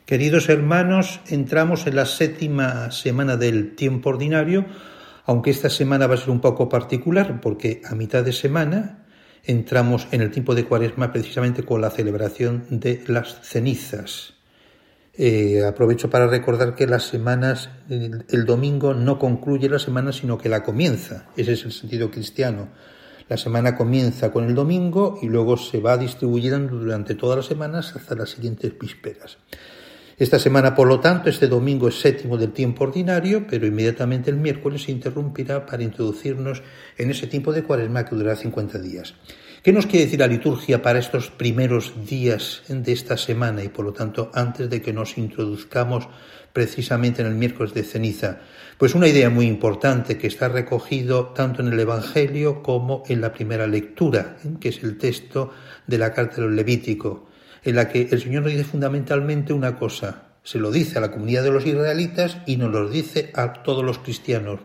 Queridos hermanos, entramos en la 7ª semana del tiempo ordinario, aunque esta semana va a ser un poco particular porque a mitad de semana entramos en el tiempo de Cuaresma precisamente con la celebración de las cenizas. Aprovecho para recordar que las semanas, el domingo no concluye la semana sino que la comienza, ese es el sentido cristiano. La semana comienza con el domingo y luego se va distribuyendo durante todas las semanas hasta las siguientes vísperas. Esta semana, por lo tanto, este domingo es 7º del tiempo ordinario, pero inmediatamente el miércoles se interrumpirá para introducirnos en ese tiempo de Cuaresma que durará 50 días. ¿Qué nos quiere decir la liturgia para estos primeros días de esta semana y, por lo tanto, antes de que nos introduzcamos precisamente en el miércoles de ceniza? Pues una idea muy importante que está recogido tanto en el Evangelio como en la primera lectura, que es el texto de la carta del Levítico, en la que el Señor nos dice fundamentalmente una cosa, se lo dice a la comunidad de los israelitas y nos lo dice a todos los cristianos.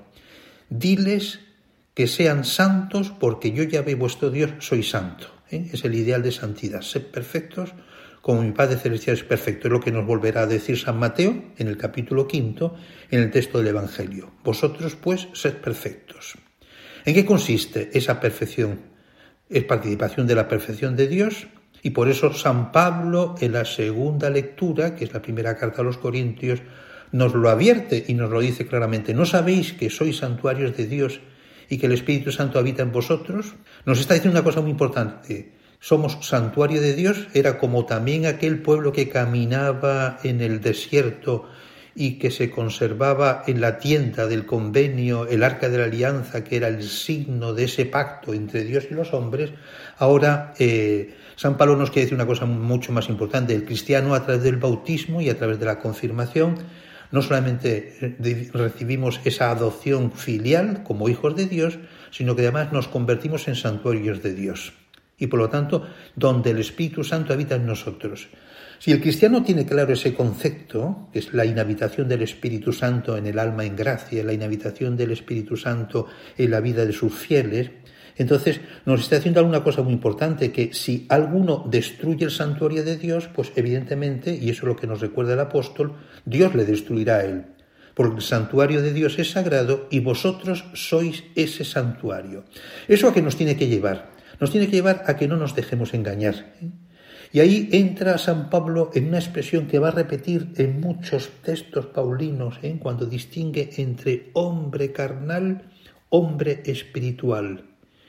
Diles que sean santos porque yo Yahvé vuestro Dios soy santo. Es el ideal de santidad, sed perfectos como mi Padre Celestial es perfecto. Es lo que nos volverá a decir San Mateo en el capítulo 5, en el texto del Evangelio. Vosotros pues sed perfectos. ¿En qué consiste esa perfección? Es participación de la perfección de Dios. Y por eso San Pablo, en la segunda lectura, que es la primera carta a los Corintios, nos lo advierte y nos lo dice claramente. ¿No sabéis que sois santuarios de Dios y que el Espíritu Santo habita en vosotros? Nos está diciendo una cosa muy importante. Somos santuario de Dios. Era como también aquel pueblo que caminaba en el desierto y que se conservaba en la tienda del convenio, el arca de la alianza, que era el signo de ese pacto entre Dios y los hombres. Ahora San Pablo nos quiere decir una cosa mucho más importante. El cristiano, a través del bautismo y a través de la confirmación, no solamente recibimos esa adopción filial como hijos de Dios, sino que además nos convertimos en santuarios de Dios. Y por lo tanto, donde el Espíritu Santo habita en nosotros. Si el cristiano tiene claro ese concepto, que es la inhabitación del Espíritu Santo en el alma en gracia, la inhabitación del Espíritu Santo en la vida de sus fieles, entonces nos está haciendo alguna cosa muy importante, que si alguno destruye el santuario de Dios, pues evidentemente, y eso es lo que nos recuerda el apóstol, Dios le destruirá a él. Porque el santuario de Dios es sagrado y vosotros sois ese santuario. ¿Eso a qué nos tiene que llevar? Nos tiene que llevar a que no nos dejemos engañar. Y ahí entra San Pablo en una expresión que va a repetir en muchos textos paulinos, cuando distingue entre hombre carnal, hombre espiritual.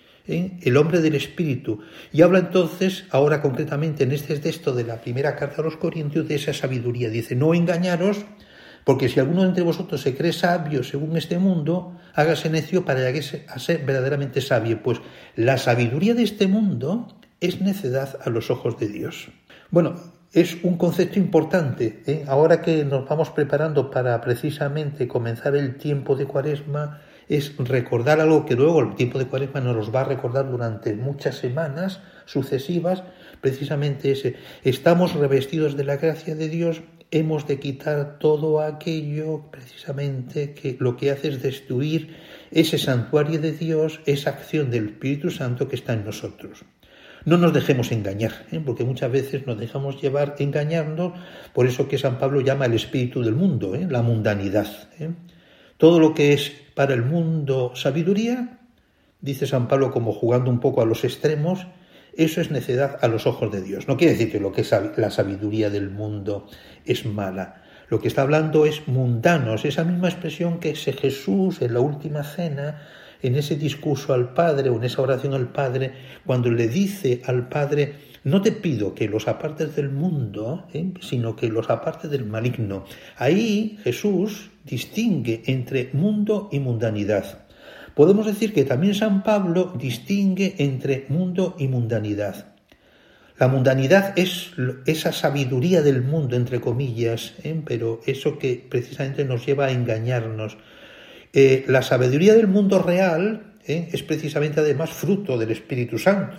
El hombre del espíritu. Y habla entonces, ahora concretamente en este texto de la primera carta a los Corintios, de esa sabiduría. Dice, no engañaros, porque si alguno entre vosotros se cree sabio según este mundo, hágase necio para llegar a ser verdaderamente sabio. Pues la sabiduría de este mundo es necedad a los ojos de Dios. Bueno, es un concepto importante. Ahora que nos vamos preparando para precisamente comenzar el tiempo de Cuaresma, es recordar algo que luego el tiempo de Cuaresma nos los va a recordar durante muchas semanas sucesivas, precisamente ese. Estamos revestidos de la gracia de Dios, hemos de quitar todo aquello precisamente que lo que hace es destruir ese santuario de Dios, esa acción del Espíritu Santo que está en nosotros. No nos dejemos engañar, porque muchas veces nos dejamos llevar engañarnos, por eso que San Pablo llama el espíritu del mundo, la mundanidad. Todo lo que es para el mundo sabiduría, dice San Pablo como jugando un poco a los extremos, eso es necedad a los ojos de Dios. No quiere decir que lo que es la sabiduría del mundo es mala. Lo que está hablando es mundanos, esa misma expresión que ese Jesús en la última cena, en ese discurso al Padre o en esa oración al Padre, cuando le dice al Padre, no te pido que los apartes del mundo, sino que los apartes del maligno. Ahí Jesús distingue entre mundo y mundanidad. Podemos decir que también San Pablo distingue entre mundo y mundanidad. La mundanidad es esa sabiduría del mundo, entre comillas, pero eso que precisamente nos lleva a engañarnos. La sabiduría del mundo real es precisamente además fruto del Espíritu Santo.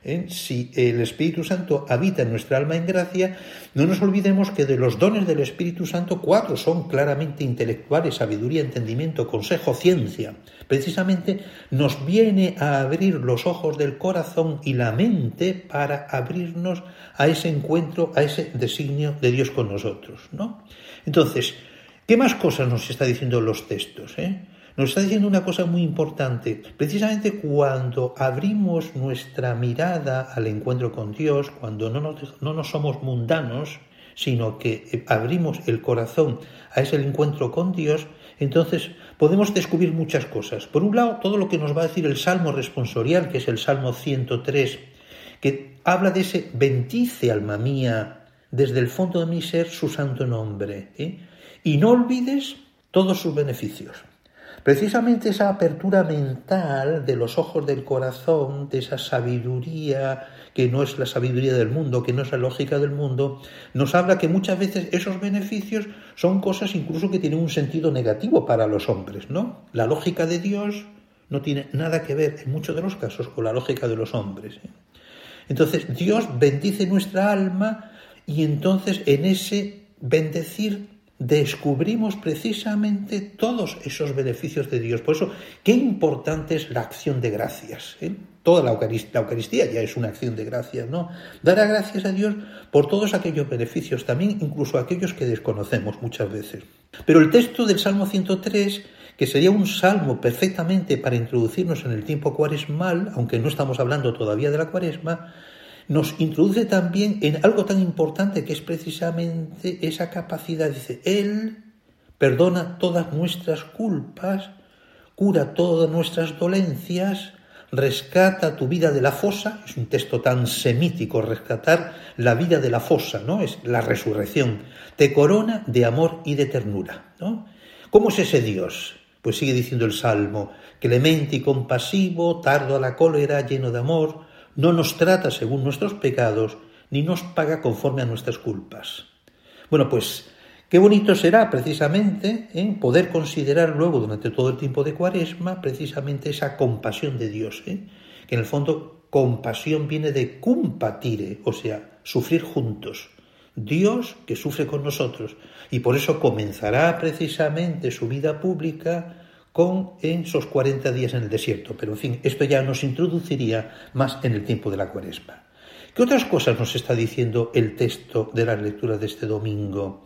Si el Espíritu Santo habita en nuestra alma en gracia, no nos olvidemos que de los dones del Espíritu Santo, 4 son claramente intelectuales: sabiduría, entendimiento, consejo, ciencia. Precisamente nos viene a abrir los ojos del corazón y la mente para abrirnos a ese encuentro, a ese designio de Dios con nosotros, ¿no? Entonces, ¿qué más cosas nos está diciendo los textos? Nos está diciendo una cosa muy importante. Precisamente cuando abrimos nuestra mirada al encuentro con Dios, cuando no nos somos mundanos, sino que abrimos el corazón a ese encuentro con Dios, entonces podemos descubrir muchas cosas. Por un lado, todo lo que nos va a decir el Salmo responsorial, que es el Salmo 103, que habla de ese: bendice, alma mía, desde el fondo de mi ser, su santo nombre, y no olvides todos sus beneficios. Precisamente esa apertura mental de los ojos del corazón, de esa sabiduría que no es la sabiduría del mundo, que no es la lógica del mundo, nos habla que muchas veces esos beneficios son cosas incluso que tienen un sentido negativo para los hombres, ¿no? La lógica de Dios no tiene nada que ver en muchos de los casos con la lógica de los hombres. Entonces Dios bendice nuestra alma y entonces en ese bendecir descubrimos precisamente todos esos beneficios de Dios. Por eso, qué importante es la acción de gracias. Toda la Eucaristía ya es una acción de gracias, ¿no? Dar gracias a Dios por todos aquellos beneficios, también incluso aquellos que desconocemos muchas veces. Pero el texto del Salmo 103, que sería un salmo perfectamente para introducirnos en el tiempo cuaresmal, aunque no estamos hablando todavía de la cuaresma, nos introduce también en algo tan importante que es precisamente esa capacidad. Dice: Él perdona todas nuestras culpas, cura todas nuestras dolencias, rescata tu vida de la fosa. Es un texto tan semítico, rescatar la vida de la fosa, ¿no? Es la resurrección. Te corona de amor y de ternura, ¿no? ¿Cómo es ese Dios? Pues sigue diciendo el Salmo: clemente y compasivo, tardo a la cólera, lleno de amor, no nos trata según nuestros pecados, ni nos paga conforme a nuestras culpas. Bueno, pues qué bonito será precisamente poder considerar luego durante todo el tiempo de Cuaresma precisamente esa compasión de Dios, que en el fondo compasión viene de compatire, o sea, sufrir juntos. Dios que sufre con nosotros, y por eso comenzará precisamente su vida pública con esos 40 días en el desierto. Pero en fin, esto ya nos introduciría más en el tiempo de la Cuaresma. ¿Qué otras cosas nos está diciendo el texto de las lecturas de este domingo?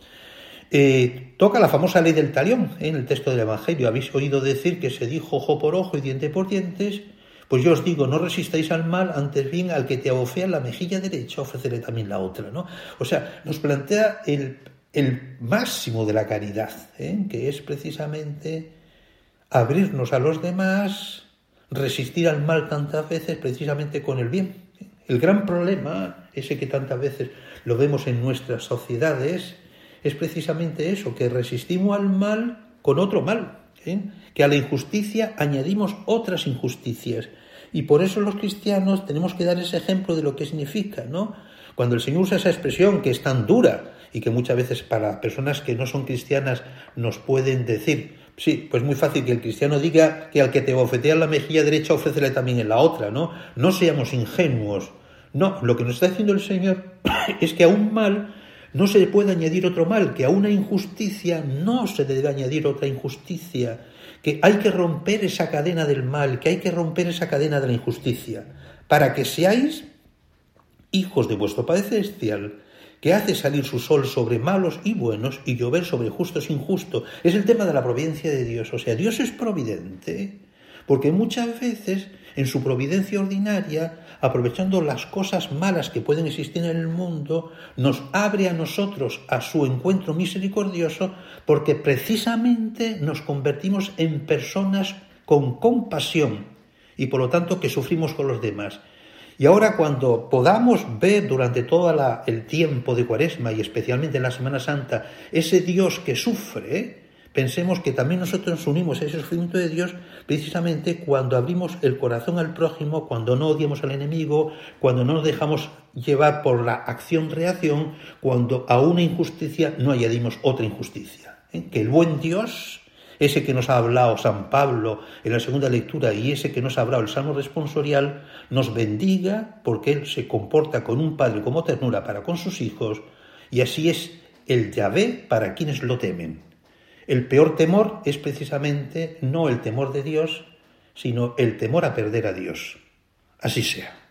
Toca la famosa ley del talión en el texto del Evangelio. Habéis oído decir que se dijo ojo por ojo y diente por dientes. Pues yo os digo, no resistáis al mal, antes bien al que te abofea la mejilla derecha, ofrécele también la otra, ¿no? O sea, nos plantea el máximo de la caridad, que es precisamente abrirnos a los demás, resistir al mal tantas veces precisamente con el bien. El gran problema, ese que tantas veces lo vemos en nuestras sociedades, es precisamente eso, que resistimos al mal con otro mal, que a la injusticia añadimos otras injusticias. Y por eso los cristianos tenemos que dar ese ejemplo de lo que significa, ¿no? Cuando el Señor usa esa expresión que es tan dura y que muchas veces para personas que no son cristianas nos pueden decir: sí, pues muy fácil que el cristiano diga que al que te bofetea la mejilla derecha, ofrécele también en la otra, ¿no? No seamos ingenuos. No, lo que nos está diciendo el Señor es que a un mal no se le puede añadir otro mal, que a una injusticia no se le debe añadir otra injusticia, que hay que romper esa cadena del mal, que hay que romper esa cadena de la injusticia, para que seáis hijos de vuestro Padre Celestial, que hace salir su sol sobre malos y buenos y llover sobre justos e injustos. Es el tema de la providencia de Dios. O sea, Dios es providente, porque muchas veces en su providencia ordinaria, aprovechando las cosas malas que pueden existir en el mundo, nos abre a nosotros a su encuentro misericordioso, porque precisamente nos convertimos en personas con compasión y por lo tanto que sufrimos con los demás. Y ahora cuando podamos ver durante todo el tiempo de Cuaresma y especialmente en la Semana Santa ese Dios que sufre, pensemos que también nosotros nos unimos a ese sufrimiento de Dios precisamente cuando abrimos el corazón al prójimo, cuando no odiamos al enemigo, cuando no nos dejamos llevar por la acción-reacción, cuando a una injusticia no añadimos otra injusticia. Que el buen Dios ese que nos ha hablado San Pablo en la segunda lectura y ese que nos ha hablado el Salmo responsorial, nos bendiga porque Él se comporta con un padre como ternura para con sus hijos, y así es el Yahvé para quienes lo temen. El peor temor es precisamente no el temor de Dios, sino el temor a perder a Dios. Así sea.